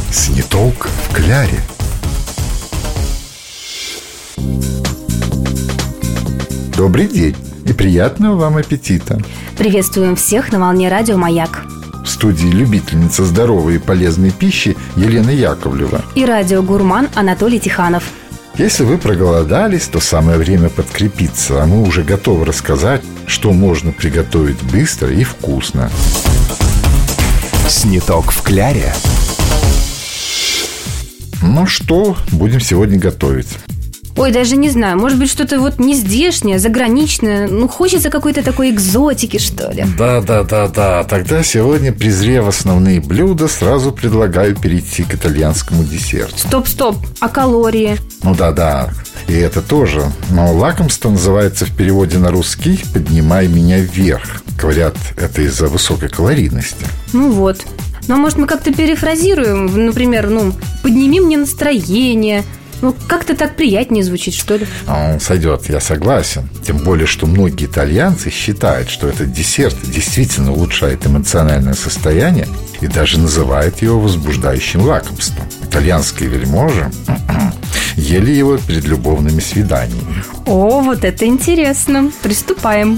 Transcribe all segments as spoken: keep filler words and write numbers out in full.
Сниток в кляре. Добрый день и приятного вам аппетита. Приветствуем всех на волне радио «Маяк». В студии любительница здоровой и полезной пищи Елена Яковлева и радиогурман Анатолий Тиханов. Если вы проголодались, то самое время подкрепиться, а мы уже готовы рассказать, что можно приготовить быстро и вкусно. Сниток в кляре. Ну что, будем сегодня готовить? Ой, даже не знаю, может быть, что-то вот не здешнее, заграничное. Ну, хочется какой-то такой экзотики, что ли. Да-да-да-да. Тогда сегодня, презрев основные блюда, сразу предлагаю перейти к итальянскому десерту. Стоп-стоп, а калории? Ну да-да, и это тоже. Но лакомство называется в переводе на русский «Поднимай меня вверх». Говорят, это из-за высокой калорийности. Ну вот. Ну, а может, мы как-то перефразируем? Например, ну, «подними мне настроение». Ну, как-то так приятнее звучит, что ли? Ну, сойдет, я согласен. Тем более, что многие итальянцы считают, что этот десерт действительно улучшает эмоциональное состояние и даже называют его возбуждающим лакомством. Итальянские вельможи ели его перед любовными свиданиями. О, вот это интересно. Приступаем.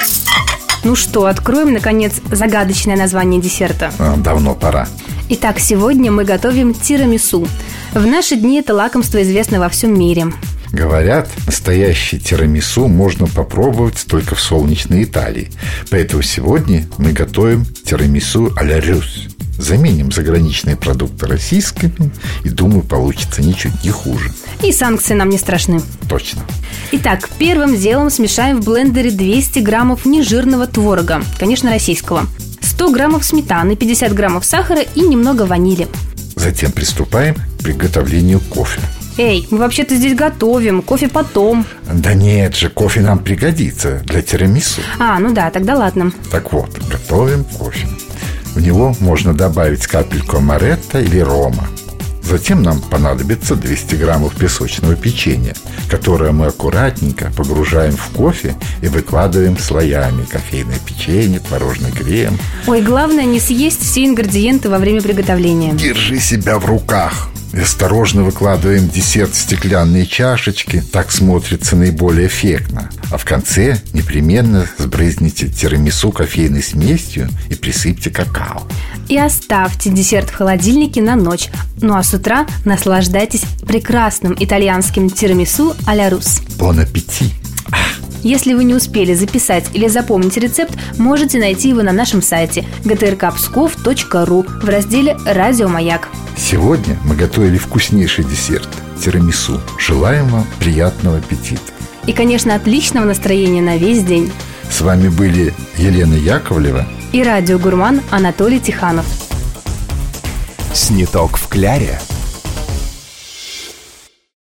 Ну что, откроем, наконец, загадочное название десерта. Давно пора. Итак, сегодня мы готовим тирамису. В наши дни это лакомство известно во всем мире. Говорят, настоящий тирамису можно попробовать только в солнечной Италии. Поэтому сегодня мы готовим тирамису а-ля Рюс. Заменим заграничные продукты российскими, и, думаю, получится ничуть не хуже. И санкции нам не страшны. Точно. Итак, первым делом смешаем в блендере двести граммов нежирного творога, конечно, российского, сто граммов сметаны, пятьдесят граммов сахара и немного ванили. Затем приступаем к приготовлению кофе. Эй, мы вообще-то здесь готовим, кофе потом. Да нет же, кофе нам пригодится для тирамису. А, ну да, тогда ладно. Так вот, готовим кофе. В него можно добавить капельку амаретто или рома. Затем нам понадобится двести граммов песочного печенья, которое мы аккуратненько погружаем в кофе и выкладываем слоями. Кофейное печенье, творожный крем. Ой, главное не съесть все ингредиенты во время приготовления. Держи себя в руках. И осторожно выкладываем десерт в стеклянные чашечки. Так смотрится наиболее эффектно. А в конце непременно сбрызните тирамису кофейной смесью и присыпьте какао. И оставьте десерт в холодильнике на ночь. Ну а с утра наслаждайтесь прекрасным итальянским тирамису а-ля Рус. Бон аппетит! Если вы не успели записать или запомнить рецепт, можете найти его на нашем сайте гэ тэ эр ка псков точка ру в разделе «Радио Маяк». Сегодня мы готовили вкуснейший десерт – тирамису. Желаем вам приятного аппетита. И, конечно, отличного настроения на весь день. С вами были Елена Яковлева и радиогурман Анатолий Тиханов. Сниток в кляре.